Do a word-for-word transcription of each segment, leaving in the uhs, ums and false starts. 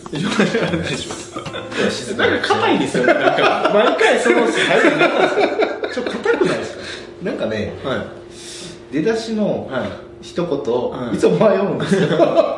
ないでしょ。なんか硬いですよね。なんか毎回その最後になったんですよ。ちょっと硬くないですか。 なんかね、はい、出だしの一言、はい、いつも迷うんですよ。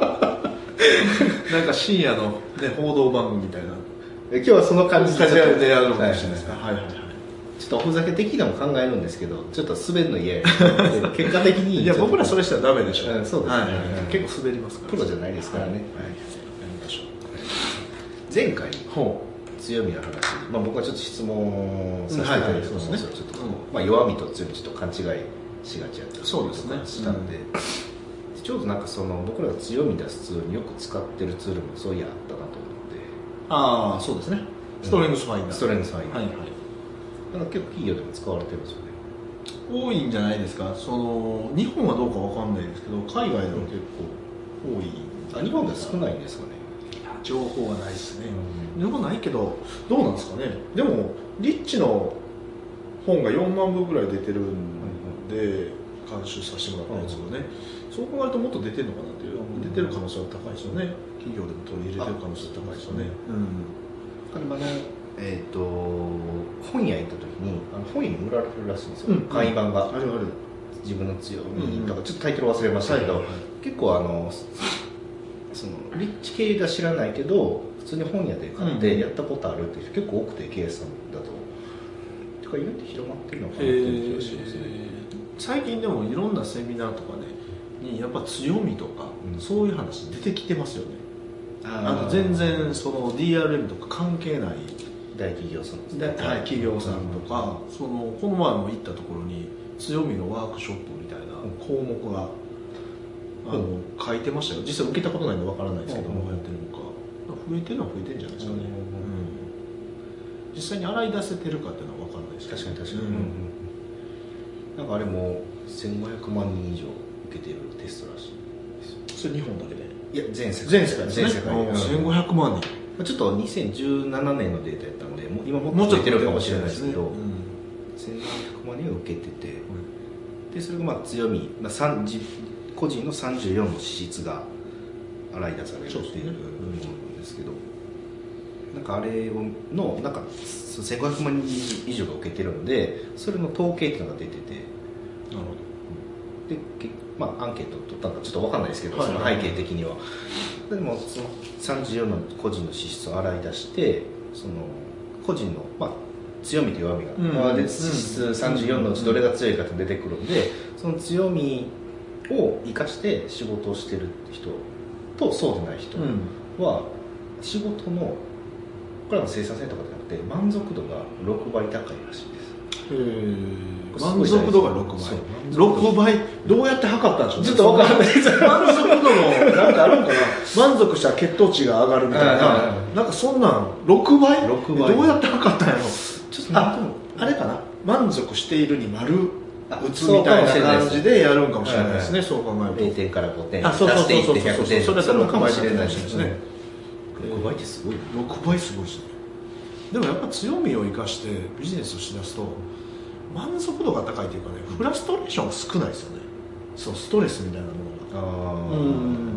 なんか深夜の、ね、報道番組みたいな。 今日はその感じでやるのかもしれないですか。はいはいはい。 ちょっとおふざけ的なも考えるんですけど、ちょっと滑るの嫌や。結果的に。 いや、僕らそれしたらダメでしょ。 うん、そうですね、はいはいはい。 結構滑りますから。 プロじゃないですからね。はい。やりましょう。前回、強みの話、まあ僕はちょっと質問させていただいたんですけど、ちょっと、まあ弱みと強みちょっと勘違いしがちやったそうですね。 したんで、ちょうどなんかその僕らが強み出すツールによく使ってるツールもそういやあったなと思って。 ああ、そうですね。ストレングスファインダー。 ストレングスファインダー。 はいはい。 だから結構企業でも使われてるんですよね。 多いんじゃないですか。その日本はどうかわかんないですけど、海外では結構多い。 あ、日本では少ないんですかね。 情報がないですね。日本ないけどどうなんですかね。でもリッチの本がよんまんぶぐらい出てるんで、監修させてもらったやつがね。そう考えるともっと出てるのかなっていう、出てる可能性は高いですよね。企業でも取り入れてる可能性は高いですよね。 うん。あのえっ、ー、と本屋行った時にあの本屋に売られてるらしいんですよ。うん、簡易版が。 あるある。 自分の強みとか、うん、ちょっとタイトル忘れましたけど、はいはいはい、結構あのそのリッチ系が知らないけど普通に本屋で買ってやったことあるっていう人結構多くて、ケースさんだと。てか意外と広まってるのかなっていう気がしますね。 最近でもいろんなセミナーとかねにやっぱ強みとか、うん、そういう話出てきてますよね。あの全然その ディーアールエム とか関係ない大企業さんで、はい、企業さんとか、うん、そのこの前も行ったところに強みのワークショップみたいな項目が、うん、あの書いてましたよ。実際受けたことないんでわからないですけども、うん、やってるのか増えてるのは増えてるんじゃないですかね。うんうん、実際に洗い出せてるかっていうのはわからないですけど。 確かに確かに、うんうん、なんかあれもせんごひゃくまんにん以上受けてるテストらしいです。 それ日本だけで？ いや全世界全世界ですね。 全世界でせんごひゃくまんにん。 ちょっとにせんじゅうななねんのデータやったんで今もっと出てるかもしれないですけど、うん、せんごひゃくまんにんを受けてて、うん、でそれがまあ強み、まあ、個人のさんじゅうよんの資質が洗い出されるっていうものなんですけど、なんかあれのなんかせんごひゃくまんにん以上が受けてるのでそれの統計っていうのが出てて、なるほど。でまあ、アンケート取ったのかちょっと分かんないですけど、はい、その背景的にはでもそのさんじゅうよんの個人の資質を洗い出してその個人の、まあ、強みと弱みが、うん、で資質さんじゅうよんのうちどれが強いかって出てくるんで、その強みを生かして仕事をしてる人とそうでない人は仕事のこれは生産性とかじゃなくて満足度がろくばい高いらしいです。 へー、満足度がろくばい。ろくばいどうやって測ったんでしょうね。 ちょっと分からないです。 満足度のなんかあるんかな。満足したら血糖値が上がるみたいな、なんかそんなんろくばいどうやって測ったんやろ。ちょっとああれかな、満足しているに丸打つみたいな感じでやるんかもしれないですね。そう考えるとれいてんからごてん足していってひゃくてん、 それだったらろくばいかもしれないですね。 ろくばいってすごい。 ろくばいすごいですね。でもやっぱ強みを生かしてビジネスをしだすと満足度が高いというかね、フラストレーションが少ないですよね。そう、ストレスみたいなものが。あ、うん、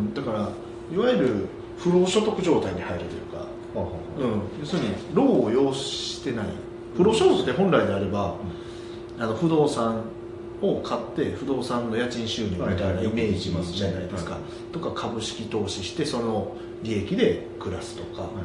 だからいわゆる不労所得状態に入るというか、うん、要するに労を要してない。不労所得って本来であれば、うん、あの不動産を買って不動産の家賃収入みたいなイメージじゃないですか、はいはい、とか株式投資してその利益で暮らすとか、はい、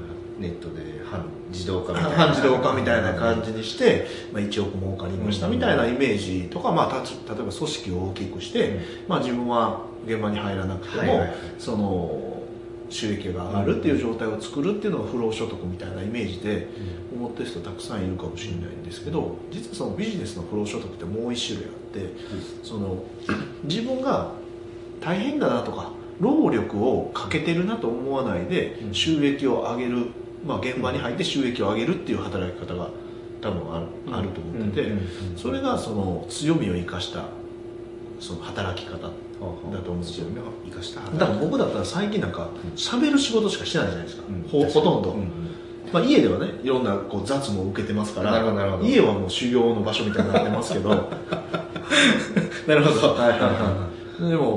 ネットで半自動化みたいな半自動化みたいな感じにして、まあ、いちおく儲かりましたみたいなイメージとか、まあ、例えば組織を大きくして、うん、まあ、自分は現場に入らなくても、はいはいはい、その収益が上がるっていう状態を作るっていうのが不労所得みたいなイメージで思ってる人たくさんいるかもしれないんですけど、実はそのビジネスの不労所得ってもう一種類あって、うん、その自分が大変だなとか労力をかけてるなと思わないで収益を上げる、まあ、現場に入って収益を上げるっていう働き方が多分ある、うん、あると思ってて、それがその強みを生かしたその働き方だと思うんですよ。 生かしただから僕だったら最近なんか喋る仕事しかしてないじゃないですか、うん、ほ, ほとんど、うんうん、まあ、家ではねいろんなこう雑務を受けてますから、家はもう修行の場所みたいになってますけどなるほど、はいはいはい、でも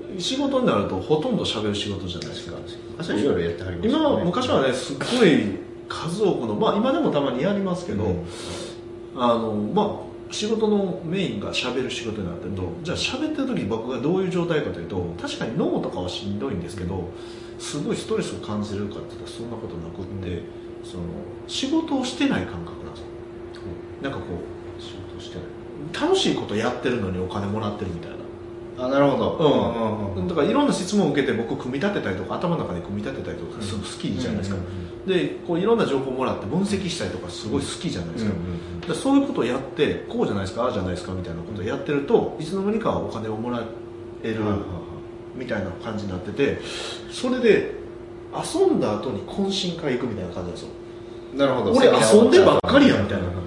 仕事になるとほとんど喋る仕事じゃないですか。 朝いろいろやってはりますよね。 今昔はねすっごい数多くの、まあ今でもたまにやりますけど、うん、あのまあ仕事のメインが喋る仕事になってると、じゃあ喋ってる時僕がどういう状態かというと、確かに脳とかはしんどいんですけど、すごいストレスを感じるかって言ったらそんなことなくって、その仕事をしてない感覚なんですよ、うん、なんかこう仕事をしてない楽しいことやってるのにお金もらってるみたいな。 あ、なるほど、 うんうんうん、だからいろんな質問を受けて僕組み立てたりとか頭の中で組み立てたりとかすごい好きじゃないですか、うんうんうん、でこういろんな情報をもらって分析したりとかすごい好きじゃないですか、うんうんうん、だからそういうことをやってこうじゃないですかああじゃないですかみたいなことをやってるといつの間にかお金をもらえるみたいな感じになってて、それで遊んだ後に懇親会行くみたいな感じなんですよ。 なるほど。 俺遊んでばっかりやみたいな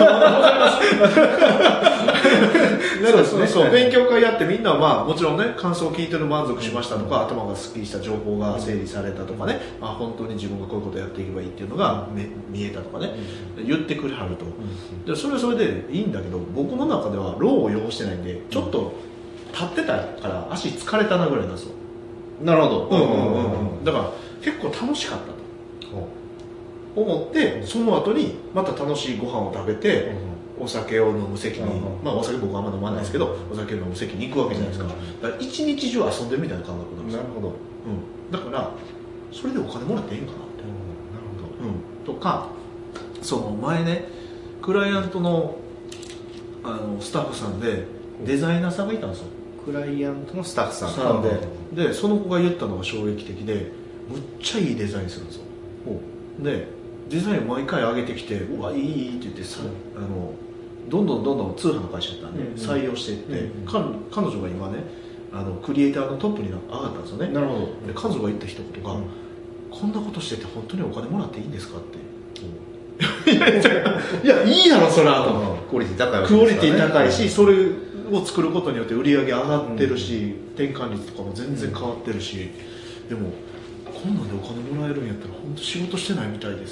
そうそうそう、勉強会やってみんなはまあもちろんね感想を聞いてる満足しましたとか、頭がすっきりした情報が整理されたとかね、あ本当に自分がこういうことやっていけばいいっていうのが見えたとかね、言ってくれはると。でそれはそれでいいんだけど、僕の中では労を要してないんでちょっと立ってたから足疲れたなぐらいなんですよ。 なるほど、 うんうんうんうん、だから結構楽しかったと思って、その後にまた楽しいご飯を食べて、お酒を飲む席に、まあお酒僕はあんま飲まないですけど、お酒を飲む席に行くわけじゃないですか。だから一日中遊んでるみたいな感覚なんですよ。 なるほど、 うん、だからそれでお金もらっていいんかなって、うん、なるほど、うん、とか、その前ねクライアントのあのスタッフさんでデザイナーさんがいたんですよ。 クライアントのスタッフさんさんで、でその子が言ったのが衝撃的で、むっちゃいいデザインするんですよ。でデザインを毎回上げてきて、うわいいって言ってさ、あのどんどんどんどん通販の会社だったんで、うんうん、採用していって、うんうん、彼, 彼女が今ねあのクリエイターのトップに上がったんですよね。 なるほど。 で彼女が言った一言が、うん、こんなことしてて本当にお金もらっていいんですかって、うん、いやいいやろそらと、うん、 クオリティ高いわけですからね。 クオリティ高いし、それを作ることによって売り上げ上がってるし、うん、転換率とかも全然変わってるし、うん、でもこんなんでお金もらえるんやったら本当仕事してないみたいです。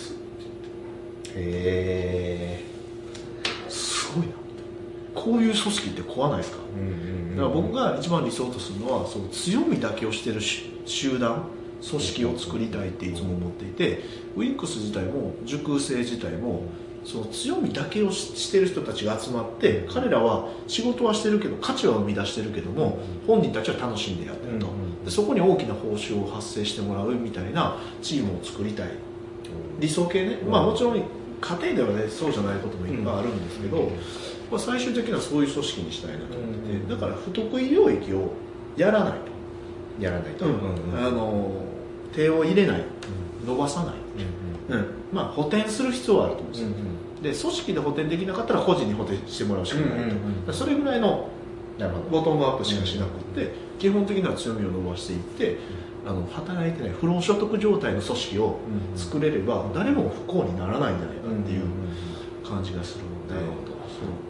へー、すごいな。こういう組織って怖ないですか。うんうんうん、だから僕が一番理想とするのは、その強みだけをしてる集団組織を作りたいっていつも思っていて、ウィンクス自体も塾生自体もその強みだけをしてる人たちが集まって、彼らは仕事はしてるけど価値は生み出してるけども、本人たちは楽しんでやってると、でそこに大きな報酬を発生してもらうみたいなチームを作りたい、理想系ね、まあもちろん家庭ではねそうじゃないこともいっぱいあるんですけど、まあ、最終的にはそういう組織にしたいなと思ってて、だから不得意領域をやらないとやらないと、 うんうん、あの手を入れない、伸ばさない、うんうん、まあ補填する必要はあると思うんですよ、うんうん、で組織で補填できなかったら個人に補填してもらうしかないと、うんうんうん、それぐらいのボトムアップしかしなくて、うんうん、基本的な強みを伸ばしていって、あの働いてない不労所得状態の組織を作れれば誰も不幸にならないんじゃないかっていう感じがするので、 なるほど。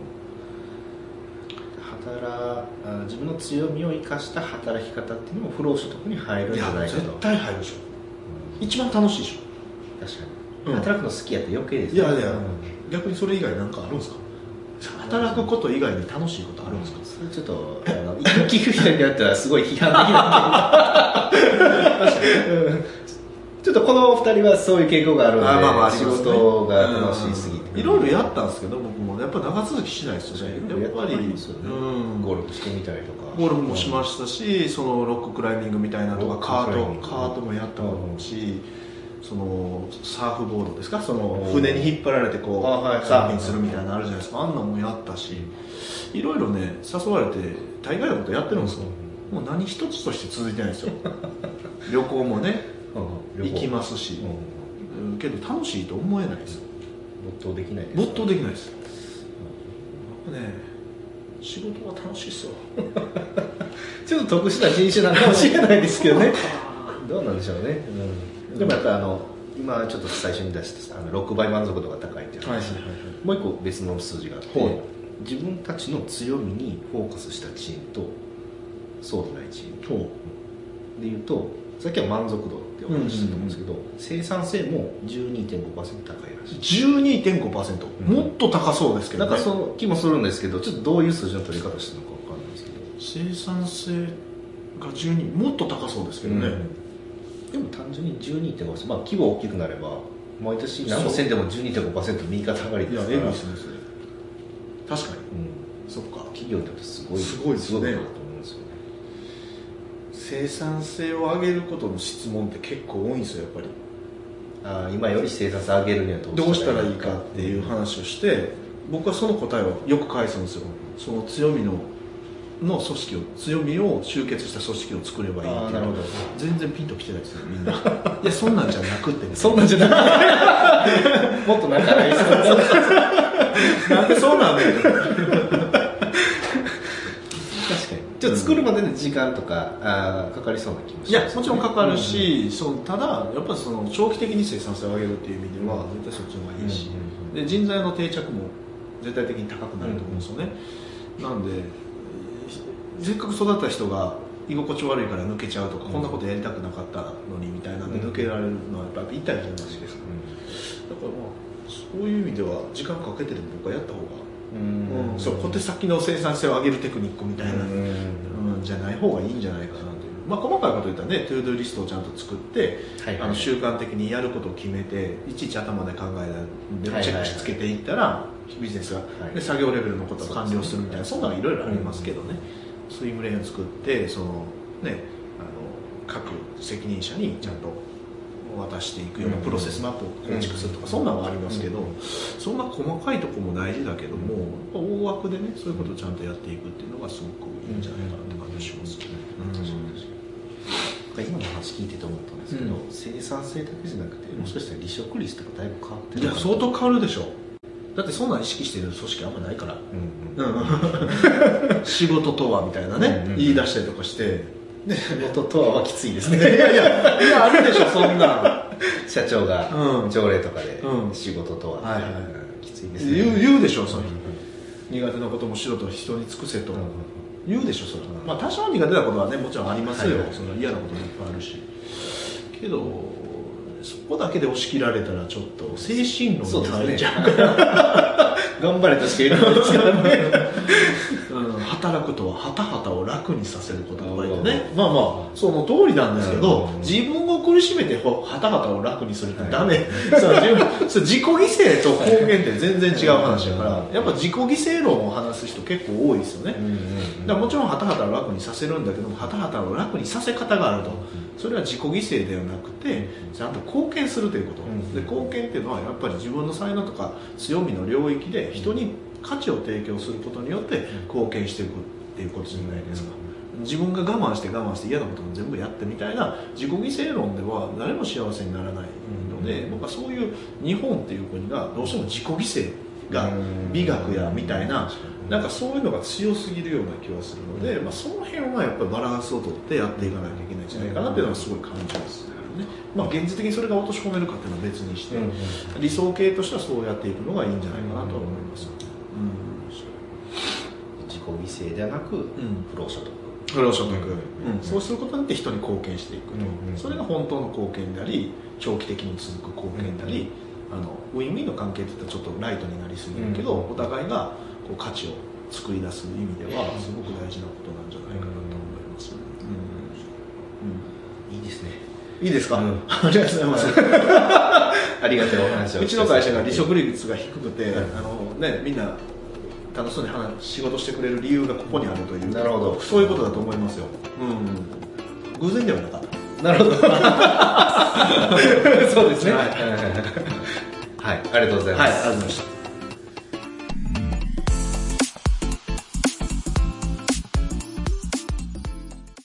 働自分の強みを生かした働き方っていうのも不労所得に入るんじゃないかと。 絶対入るでしょ、うん、一番楽しいでしょ。確かに、うん、働くの好きやって余計ですね。いやいや、うん、逆にそれ以外何かあるんですか。働くこと以外に楽しいことあるんですか。 うん、それちょっとあの聞く人によってはすごい批判的な確かに、うん、ちょっとこのふたりはそういう傾向があるので、あ、まあまあ、仕事が楽しすぎて、 いろいろやったんですけど、僕もやっぱ長続きしないですよね。やっぱり、うん、 ゴルフしてみたりとか、 ゴルフもしましたし、そのロッククライミングみたいなとか、カートカートもやったし、そのサーフボードですか、その船に引っ張られてこう、はい、サーフィンするみたいなのあるじゃないですか。あんなもんやったし、いろいろね誘われて大概のことやってるんですよ。もう何一つとして続いてないんですよ。旅行もね、うん、行きますし、うん、けど楽しいと思えないですよ。 没頭できないです。 没頭できないです。うん、ね、仕事は楽しいですよ。 ちょっと特殊な人種なのかもしれないですけどね。どうなんでしょうね。うん、でもやっぱあの今ちょっと最初に出したあのろくばい満足度が高いっていう話、はいはいはい、もう一個別の数字があって、はい、自分たちの強みにフォーカスしたチームとそうでないチームでいうと、さっきは満足度ってお話ししたと思うんですけど、うんうんうん、生産性も じゅうにてんごパーセント 高いらしい。 じゅうにてんごパーセント、うん、もっと高そうですけどね。 なんかその気もするんですけど、ちょっとどういう数字の取り方してるのか分かんないですけど、 生産性がじゅうにもっと高そうですけどね、うん、 でも単純に じゅうにてんご、まあ、規模大きくなれば毎年何もせんでも じゅうにてんごパーセント 右肩上がりですから。いや、エグいですね、 確かに、 うん、 そっか、 企業にとってすごいすごいですね。 すごいことだと思うんですよね。 生産性を上げることの質問って結構多いんですよ、やっぱり。 あ今より生産性上げるにはどうしたらいいかっていう話をして、僕はその答えをよく返すんですよ。その強みのの組織を強みを集結した組織を作ればいいっていう。なるほど。全然ピンときてないですよ、みんな。いや、そんなんじゃなくて、ね、 そんなんじゃなくてもっとなんかないですか。 なんでそうなんだよ。 ちょっと作るまでの時間とかあかかりそうな気もします、ね、 いやもちろんかかるし、うん、そのただやっぱりその長期的に生産性を上げるっていう意味では絶対そっちの方がいいし、うんうんうん、で人材の定着も絶対的に高くなると思うんですよね、うんうん、なんでせっかく育った人が居心地悪いから抜けちゃうとか、うん、こんなことやりたくなかったのにみたいなんで抜けられるのはやっぱり痛いじゃないですか、うん、だからまあそういう意味では時間かけてでも僕はやった方がうん、そう小手先の生産性を上げるテクニックみたいな、うんうん、じゃない方がいいんじゃないかなという、まあ、細かいこと言ったらねトゥードゥーリストをちゃんと作って、はいはい、あの習慣的にやることを決めていちいち頭で考えでチェックしつけていったら、はいはい、ビジネスが、はい、で作業レベルのことを完了するみたいな、そんなのいろいろありますけどね、うん、スイムレーンを作ってその、ね、あの各責任者にちゃんと渡していくようなプロセスマップを構築するとか、そんなのはありますけど、そんな細かいところも大事だけども、大枠でねそういうことをちゃんとやっていくっていうのがすごくいいんじゃないかなって感じしますね。 今の話聞いてて思ったんですけど、うん、生産性だけじゃなくてもしかしたら離職率とかだいぶ変わってる。 いや相当変わるでしょ。だってそんな意識してる組織あんまないから、うんうん、仕事とはみたいなね、うんうん、言い出したりとかして仕事とはきついですね。 いやいやいやあるでしょそんな社長が条例とかで仕事とは、うんはいはい、きついですね。 言う、言うでしょその、うん、苦手なこともしろと人に尽くせと、うん、言うでしょそれは、うん、まあ多少苦手なことはねもちろんありますよ、はいはい、その嫌なこともいっぱいあるしけどそこだけで押し切られたらちょっと精神論に入っちゃうから頑張れとしか言えないですからねうん、働くとははたはたを楽にさせることとか言ってね、まあまあその通りなんですけど、自分を苦しめてはたはたを楽にするってダメ、はい、その自分そ自己犠牲と貢献って全然違う話だから、やっぱ自己犠牲論を話す人結構多いですよね、うんうんうん、だからもちろんはたはたを楽にさせるんだけども、はたはたを楽にさせ方があると、それは自己犠牲ではなくてちゃんと貢献するということ、うん、で貢献っていうのはやっぱり自分の才能とか強みの領域で人に価値を提供することによって貢献していくっていうことじゃないですか。自分が我慢して我慢して嫌なことも全部やってみたいな自己犠牲論では誰も幸せにならないので、僕はそういう日本っていう国がどうしても自己犠牲が美学やみたいな、なんかそういうのが強すぎるような気がするので、まあ、その辺はやっぱりバランスをとってやっていかなきゃいけないんじゃないかなっていうのはすごい感じますね。まあ、現実的にそれが落とし込めるかっていうのは別にして、理想形としてはそうやっていくのがいいんじゃないかなと思います。 自己犠牲ではなく、うん、不労所得不労所得、うんうん、そうすることによって人に貢献していくと、うんうん、それが本当の貢献であり長期的に続く貢献であり、うんうん、あのウィンウィンの関係っていったらちょっとライトになりすぎるけど、うん、お互いがこう価値を作り出す意味ではすごく大事なことなんじゃないかなと思います、 うんうん、いいですね。 いいですか、うん、ありがとうございますありがとうお話を。 うちの会社が離職率が低くて、うん、あのね、みんな楽しそうに仕事してくれる理由がここにあるという、 なるほど、 そういうことだと思いますよ、うん、偶然ではなかった。 なるほどそうですね、はい、はい、ありがとうございます。 はい、ありがとうございました。